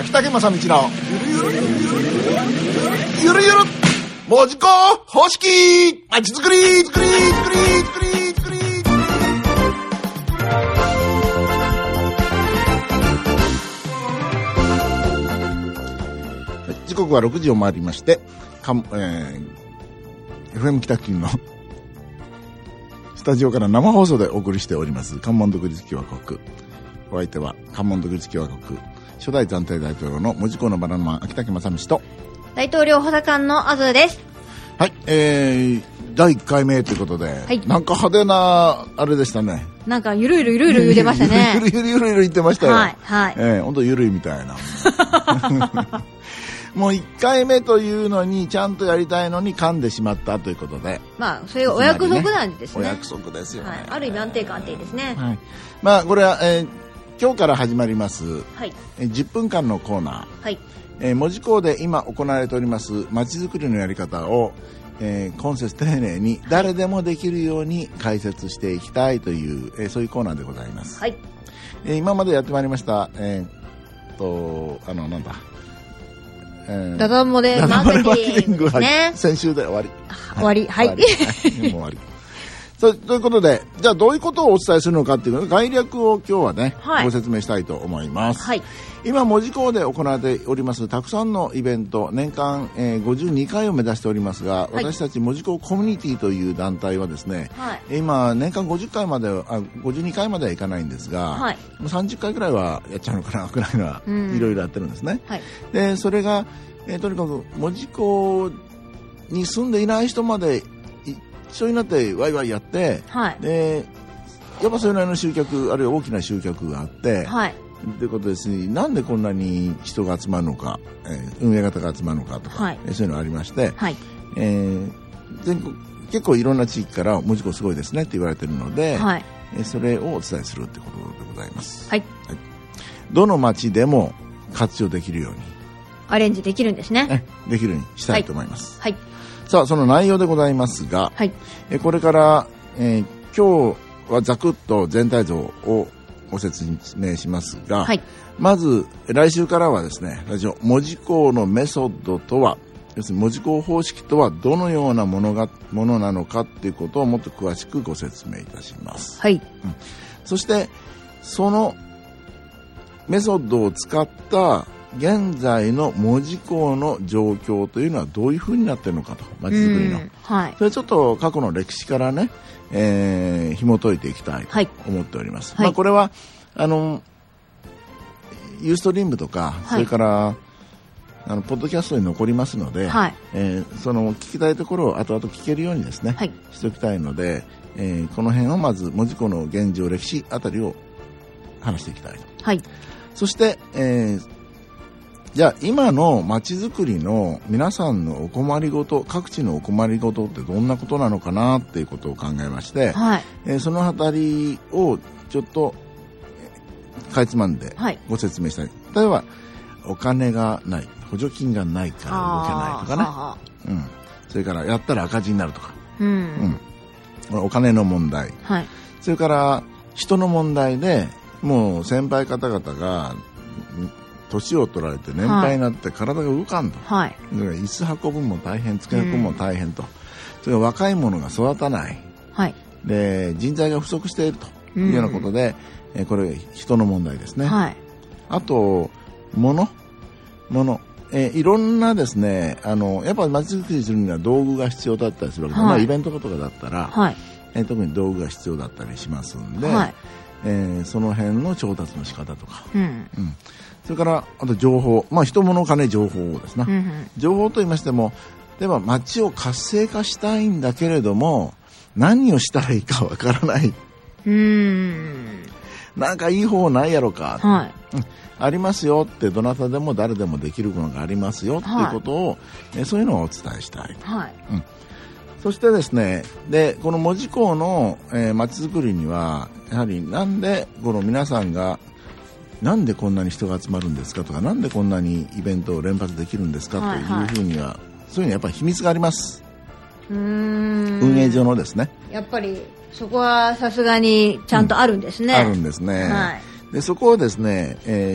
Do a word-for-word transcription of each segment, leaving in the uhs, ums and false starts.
秋竹正道のゆるゆるゆるゆる文字工方式まちづくりづくりづくりづくりづくり時刻はろくじを回りましてか、えー、エフエム 北九のスタジオから生放送でお送りしております関門独立共和国。お相手は関門独立共和国初代暫定大統領の門司港のバナナマン秋竹正道と大統領補佐官のアズーです。 はい、えー、だいいっかいめということで、はい、なんか派手なあれでしたね。 なんかゆるゆるゆるゆる言ってましたね。 ゆるゆるゆるゆる言ってましたよ。 はいはい。 えー、本当ゆるいみたいな。もういっかいめというのにちゃんとやりたいのに噛んでしまったということで、まあそれがお約束なんですね。 お約束ですよね。はい、 ある意味安定感あっていいですね。 はい。まあこれは、えー、今日から始まります、 はい、 えー、じゅっぷんかんのコーナー、 はい、 えー、門司港で今行われておりますまちづくりのやり方を、えー、今節丁寧に誰でもできるように解説していきたいという、えー、そういうコーナーでございます。 はい。 えー、今までやってまいりました、えー、とあのなんだ。えー、 ダダ漏れマーケティングですね。 はい、先週で終わり。 終わり。はい。 はい、もう終わり。と, ということで、じゃあどういうことをお伝えするのかっていうの概略を今日はね、はい、ご説明したいと思います。 はい、 今門司港で行われておりますたくさんのイベント、年間、えー、ごじゅうにかいを目指しておりますが、はい、私たち門司港コミュニティという団体はですね、はい、今年間ごじゅっかいまであごじゅうにかいまではいかないんですが、はい、さんじゅっかいくらいはやっちゃうのかなくらいのはいろいろやってるんですね。はい、でそれが、えー、とにかく門司港に住んでいない人まで一緒になってワイワイやって、はい、でやっぱそれなりの集客あるいは大きな集客があって、はい、ということですね。なんでこんなに人が集まるのか、えー、運営方が集まるのかとか、はい、そういうのがありまして、はい、えー、全国結構いろんな地域から門司港すごいですねって言われているので、はい、えー、それをお伝えするということでございます。はいはい、どの町でも活用できるようにアレンジできるんですね。 できるようにしたいと思います。 はいはい、 さあその内容でございますが、はい、えこれから、えー、今日はざくっと全体像をご説明しますが、はい、まず来週からはですね、ラジオ門司港のメソッドとは、要するに門司港方式とはどのようなものがものなのかということをもっと詳しくご説明いたします。はい、うん、そしてそのメソッドを使った現在の門司港の状況というのはどういうふうになっているのかと、街づくりの、はい、それちょっと過去の歴史からね、えー、紐解いていきたいと思っております。はい、まあ、これはあのユーストリームとか、はい、それからあのポッドキャストに残りますので、はい、えー、その聞きたいところを後々聞けるようにですね、はい、しておきたいので、えー、この辺をまず門司港の現状歴史あたりを話していきたいと。はい、そして、えーじゃあ今の街づくりの皆さんのお困りごと、各地のお困りごとってどんなことなのかなっていうことを考えまして、はい、えー、そのあたりをちょっとかいつまんでご説明したい。はい、例えばお金がない、補助金がないから動けないとかね、うん、それからやったら赤字になるとか、うんうん、お金の問題、はい、それから人の問題でもう先輩方々が年を取られて年配になって体が動かんと、はい、だから椅子運ぶも大変、机運ぶも大変と、うん、それから若い者が育たない、はい、で人材が不足しているというようなことで、うん、えこれ人の問題ですね。はい、あと物物、えいろんなですね、あのやっぱり街づくりするには道具が必要だったりするわけで、はい、まあ、イベントとかだったら、はい、え特に道具が必要だったりしますんで、はい、えー、その辺の調達の仕方とか、うんうん、それからあと情報、まあ、人物金情報ですな、うんうん、情報と言いましても例えば街を活性化したいんだけれども何をしたらいいかわからない、うーん、なんかいい方ないやろか、はい、うん、ありますよってどなたでも誰でもできるものがありますよっていうことを、はい、えそういうのをお伝えしたい、はい、うん、そしてですね、でこの門司港の、えー、街づくりにはやはりなんでこの皆さんがなんでこんなに人が集まるんですかとか、なんでこんなにイベントを連発できるんですかというふうには、はいはい、そういうのはやっぱり秘密があります。うーん、運営上のですね。 やっぱりそこはさすがにちゃんとあるんですね。うん、 あるんですね。はい、でそこをですね、えー、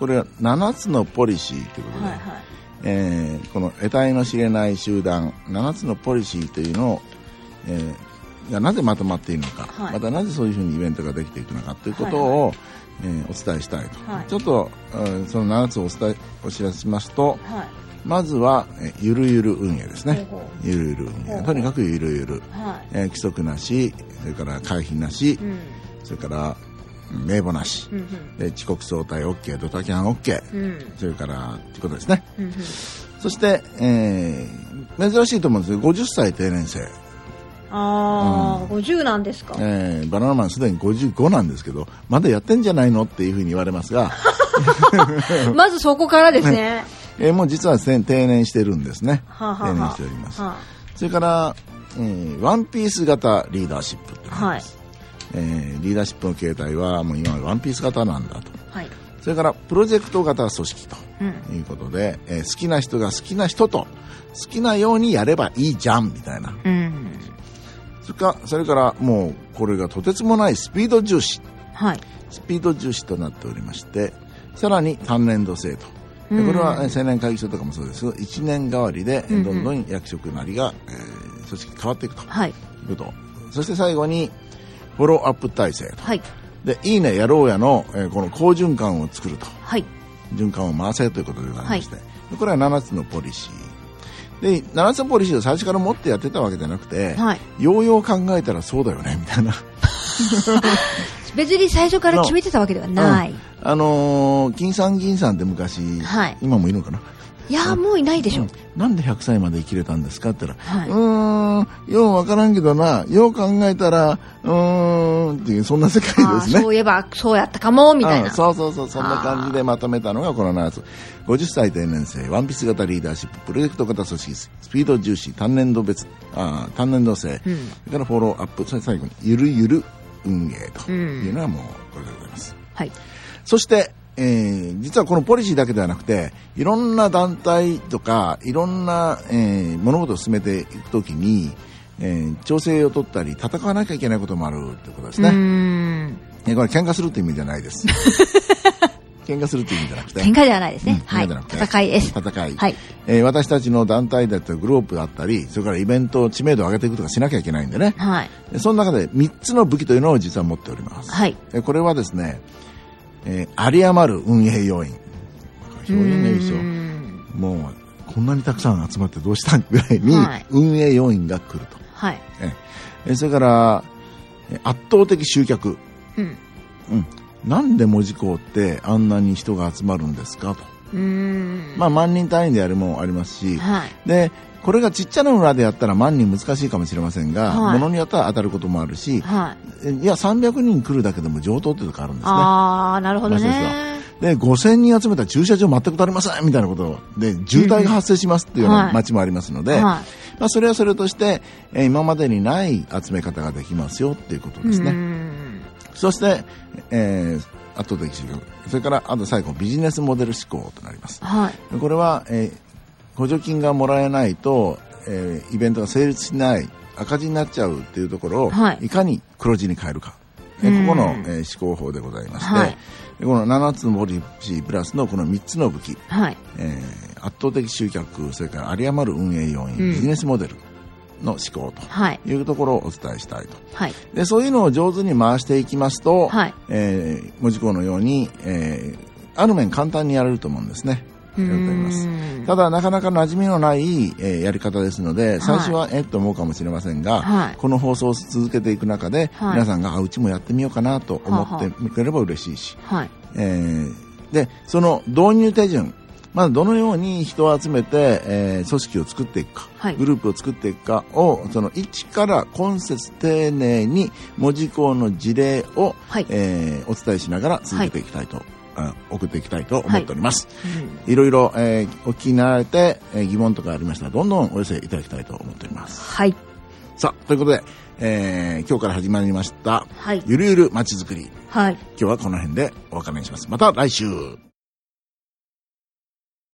これはななつのポリシーということで、はいはい、えー、この得体の知れない集団ななつのポリシーというのを、えー、がなぜまとまっているのか、はい、またなぜそういうふうにイベントができていくのかということを、はいはい、えー、お伝えしたいと、はい、ちょっと、うん、そのななつをお伝えお知らせしますと、はい、まずは、えゆるゆる運営ですね。ゆるゆる運営。とにかくゆるゆる。はい、えー、規則なし、それから会費なし、うん、それから名簿なし、うんうん、で遅刻早退 OK、ドタキャン OK、うん、それからということですね。うんうん、そして、えー、珍しいと思うんですけど、ごじゅっさい定年制。 ああ、うん、ごじゅうなんですか。 えー、バナナマンすでにごじゅうごなんですけど、まだやってんじゃないのっていうふうに言われますが。 まずそこからですね。 えー、もう実は定年してるんですね。はあはあ、定年しております。はあ、それから、えー、ワンピース型リーダーシップってあります。はい、えー、リーダーシップの形態はもう今ワンピース型なんだと。はい、それからプロジェクト型組織ということで、うん、えー、好きな人が好きな人と好きなようにやればいいじゃんみたいな。うん、それから、それからもうこれがとてつもないスピード重視。はい、スピード重視となっておりまして、さらに単年度制と。これは青年会議所とかもそうですがいちねん代わりでどんどん役職なりが、えー、組織変わっていくということ、はい、そして最後にフォローアップ体制と、はい、でいいねやろうやの、えー、この好循環を作ると、はい、循環を回せということでございまして、はい、これはななつのポリシーでななつのポリシーを最初から持ってやってたわけじゃなくて、はい、ようよう考えたらそうだよねみたいな別に最初から決めてたわけではない、うん、 あのー、金さん銀さんって昔、はい、今もいるのかな。 いやもういないでしょ、うん、 なんでひゃくさいまで生きれたんですかって言ったら、はい、うーんようわからんけどな、よう考えたらうーんっていうそんな世界ですね。 そういえばそうやったかもみたいな、 うん、そうそうそう、そんな感じでまとめたのがこのななつ。ごじゅっさい定年制、ワンピース型リーダーシップ、プロジェクト型組織、スピード重視、単年度別あ単年度制、うん、それからフォローアップ、それ最後にゆるゆる運営というのはもうこれでございます、うん、はい、そして、えー、実はこのポリシーだけではなくていろんな団体とかいろんな、えー、物事を進めていくときに、えー、調整を取ったり戦わなきゃいけないこともあるということですね。うーん、えー、これ喧嘩するという意味じゃないです喧嘩するという意味じゃなくて喧嘩ではないですね、うん、はい、戦いです。 戦い、はい、えー、私たちの団体だったりグループだったりそれからイベント知名度を上げていくとかしなきゃいけないんでね、はい、その中でみっつの武器というのを実は持っております、はい、えー、これはですね、えー、有り余る運営要員、表現がいいですよ。もうこんなにたくさん集まってどうしたんぐらいに運営要員が来ると、はい、えー、それから圧倒的集客、うん、うん、なんで門司港ってあんなに人が集まるんですかと。うーん、まあ万人単位でやるもありますし、はい、でこれがちっちゃな村でやったら万人難しいかもしれませんが、はい、ものによっては当たることもあるし、はい、いやさんびゃくにん来るだけでも上等っていうとこあるんですね。 ああ、なるほどね。 でごせんにん集めたら駐車場全く足りませんみたいなことで渋滞が発生しますっていうような街もありますので、うん、はい、まあ、それはそれとして、えー、今までにない集め方ができますよっていうことですね。うん、そして、えー圧倒的集客、それからあと最後ビジネスモデル思考となります、はい、これは、えー、補助金がもらえないと、えー、イベントが成立しない赤字になっちゃうっていうところを、はい、いかに黒字に変えるか、えー、ここの、えー、思考法でございまして、はい、このななつのポリシープラスのこのみっつの武器、はい、えー、圧倒的集客、それから有り余る運営要因、うん、ビジネスモデルの思考というところをお伝えしたいと、はい、でそういうのを上手に回していきますと、はい、えー、門司港のように、えー、ある面簡単にやれると思うんですね。やると思います。ただなかなか馴染みのない、えー、やり方ですので最初はえっと思うかもしれませんが、はい、この放送を続けていく中で、はい、皆さんがあうちもやってみようかなと思ってくれれば嬉しいし、はい、えー、でその導入手順、まずどのように人を集めて、えー、組織を作っていくか、はい、グループを作っていくかをその一から今節丁寧に門司港の事例を、はい、えー、お伝えしながら続けていきたいと、はい、送っていきたいと思っております、はい、うん、いろいろ、えー、お聞きになられて、えー、疑問とかありましたらどんどんお寄せいただきたいと思っております。はい、さあということで、えー、今日から始まりました、はい、ゆるゆるまちづくり、はい、今日はこの辺でお別れにします。また来週。